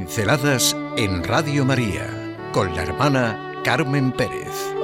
Pinceladas en Radio María con la hermana Carmen Pérez.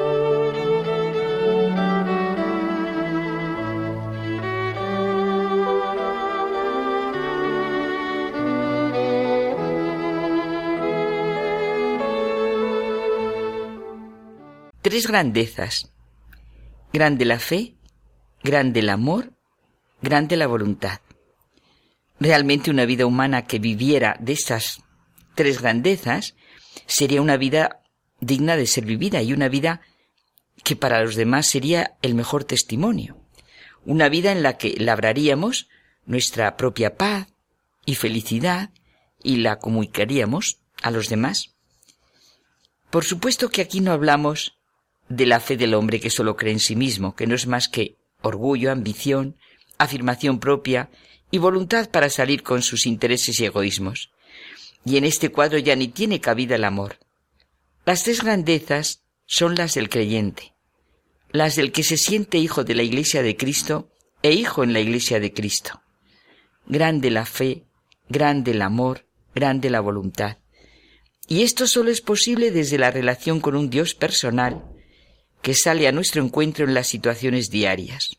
Tres grandezas: grande la fe, grande el amor, grande la voluntad. Realmente una vida humana que viviera de estas tres grandezas sería una vida digna de ser vivida y una vida que para los demás sería el mejor testimonio. Una vida en la que labraríamos nuestra propia paz y felicidad y la comunicaríamos a los demás. Por supuesto que aquí no hablamos de la fe del hombre que solo cree en sí mismo, que no es más que orgullo, ambición, afirmación propia y voluntad para salir con sus intereses y egoísmos. Y en este cuadro ya ni tiene cabida el amor. Las tres grandezas son las del creyente, las del que se siente hijo de la Iglesia de Cristo e hijo en la Iglesia de Cristo. Grande la fe, grande el amor, grande la voluntad. Y esto solo es posible desde la relación con un Dios personal que sale a nuestro encuentro en las situaciones diarias.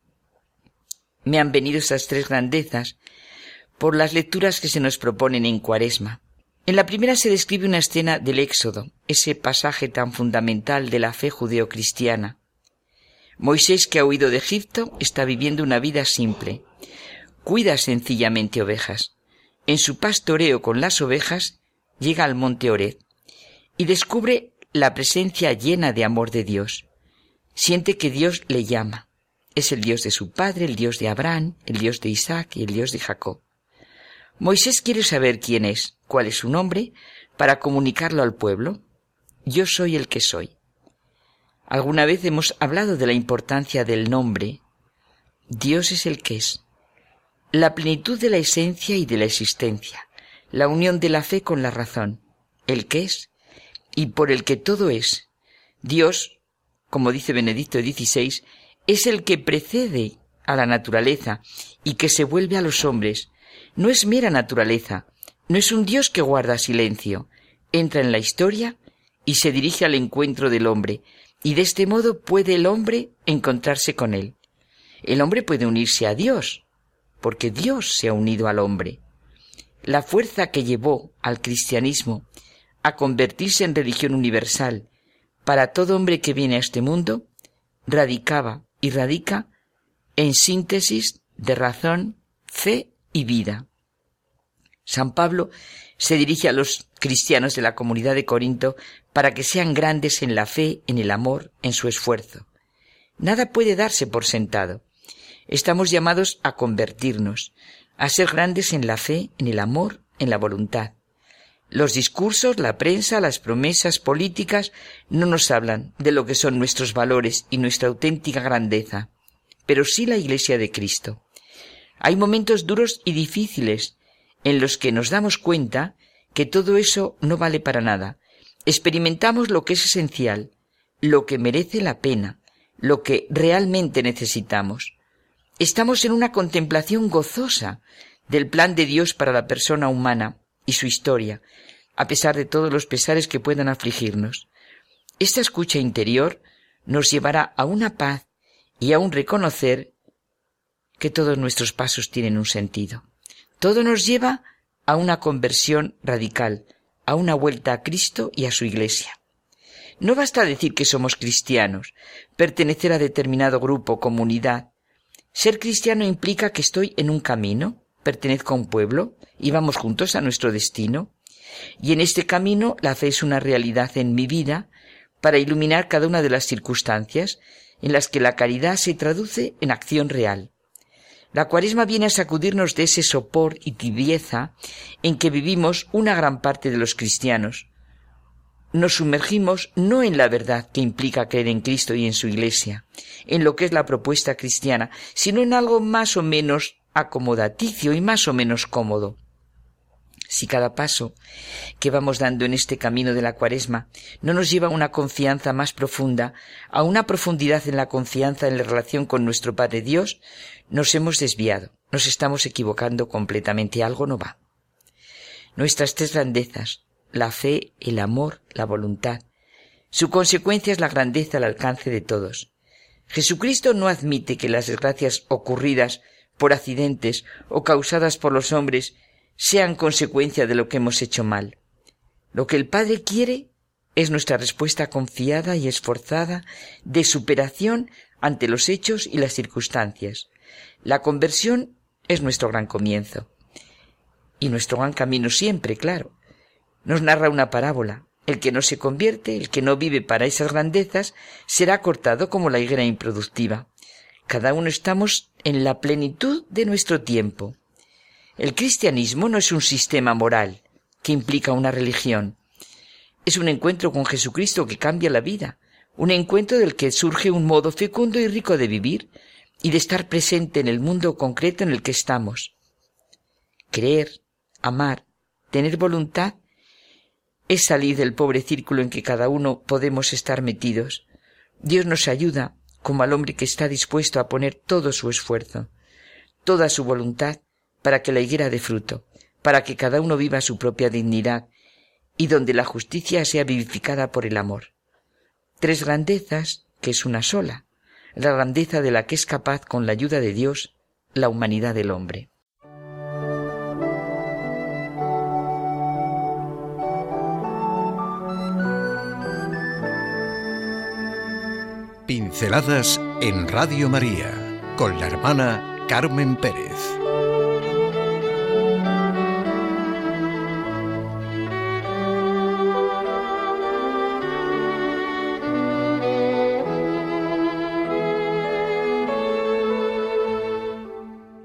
Me han venido estas tres grandezas por las lecturas que se nos proponen en Cuaresma. En la primera se describe una escena del Éxodo, ese pasaje tan fundamental de la fe judeocristiana. Moisés, que ha huido de Egipto, está viviendo una vida simple. Cuida sencillamente ovejas. En su pastoreo con las ovejas, llega al monte Horeb y descubre la presencia llena de amor de Dios. Siente que Dios le llama. Es el Dios de su padre, el Dios de Abraham, el Dios de Isaac y el Dios de Jacob. Moisés quiere saber quién es, cuál es su nombre, para comunicarlo al pueblo. Yo soy el que soy. Alguna vez hemos hablado de la importancia del nombre. Dios es el que es. La plenitud de la esencia y de la existencia. La unión de la fe con la razón. El que es y por el que todo es. Dios, como dice Benedicto XVI, es el que precede a la naturaleza y que se vuelve a los hombres. No es mera naturaleza, no es un Dios que guarda silencio. Entra en la historia y se dirige al encuentro del hombre, y de este modo puede el hombre encontrarse con él. El hombre puede unirse a Dios, porque Dios se ha unido al hombre. La fuerza que llevó al cristianismo a convertirse en religión universal para todo hombre que viene a este mundo, radicaba y radica en síntesis de razón, fe y vida. San Pablo se dirige a los cristianos de la comunidad de Corinto para que sean grandes en la fe, en el amor, en su esfuerzo. Nada puede darse por sentado. Estamos llamados a convertirnos, a ser grandes en la fe, en el amor, en la voluntad. Los discursos, la prensa, las promesas políticas no nos hablan de lo que son nuestros valores y nuestra auténtica grandeza, pero sí la Iglesia de Cristo. Hay momentos duros y difíciles en los que nos damos cuenta que todo eso no vale para nada. Experimentamos lo que es esencial, lo que merece la pena, lo que realmente necesitamos. Estamos en una contemplación gozosa del plan de Dios para la persona humana y su historia, a pesar de todos los pesares que puedan afligirnos. Esta escucha interior nos llevará a una paz y a un reconocer que todos nuestros pasos tienen un sentido. Todo nos lleva a una conversión radical, a una vuelta a Cristo y a su Iglesia. No basta decir que somos cristianos, pertenecer a determinado grupo, comunidad. Ser cristiano implica que estoy en un camino, pertenezco a un pueblo y vamos juntos a nuestro destino. Y en este camino la fe es una realidad en mi vida para iluminar cada una de las circunstancias en las que la caridad se traduce en acción real. La Cuaresma viene a sacudirnos de ese sopor y tibieza en que vivimos una gran parte de los cristianos. Nos sumergimos no en la verdad que implica creer en Cristo y en su Iglesia, en lo que es la propuesta cristiana, sino en algo más o menos acomodaticio y más o menos cómodo. Si cada paso que vamos dando en este camino de la Cuaresma no nos lleva a una confianza más profunda, a una profundidad en la confianza en la relación con nuestro Padre Dios, nos hemos desviado, nos estamos equivocando completamente, algo no va. nuestras tres grandezas, la fe, el amor, la voluntad. Su consecuencia es la grandeza al alcance de todos. Jesucristo no admite que las desgracias ocurridas por accidentes o causadas por los hombres sean consecuencia de lo que hemos hecho mal. Lo que el Padre quiere es nuestra respuesta confiada y esforzada de superación ante los hechos y las circunstancias. La conversión es nuestro gran comienzo. Y nuestro gran camino siempre, claro. Nos narra una parábola. El que no se convierte, el que no vive para esas grandezas, será cortado como la higuera improductiva. Cada uno estamos en la plenitud de nuestro tiempo. El cristianismo no es un sistema moral que implica una religión. Es un encuentro con Jesucristo que cambia la vida, un encuentro del que surge un modo fecundo y rico de vivir y de estar presente en el mundo concreto en el que estamos. Creer, amar, tener voluntad, es salir del pobre círculo en que cada uno podemos estar metidos. Dios nos ayuda como al hombre que está dispuesto a poner todo su esfuerzo, toda su voluntad, para que la higuera dé fruto, para que cada uno viva su propia dignidad, y donde la justicia sea vivificada por el amor. Tres grandezas, que es una sola, la grandeza de la que es capaz, con la ayuda de Dios, la humanidad del hombre. Pinceladas en Radio María con la hermana Carmen Pérez.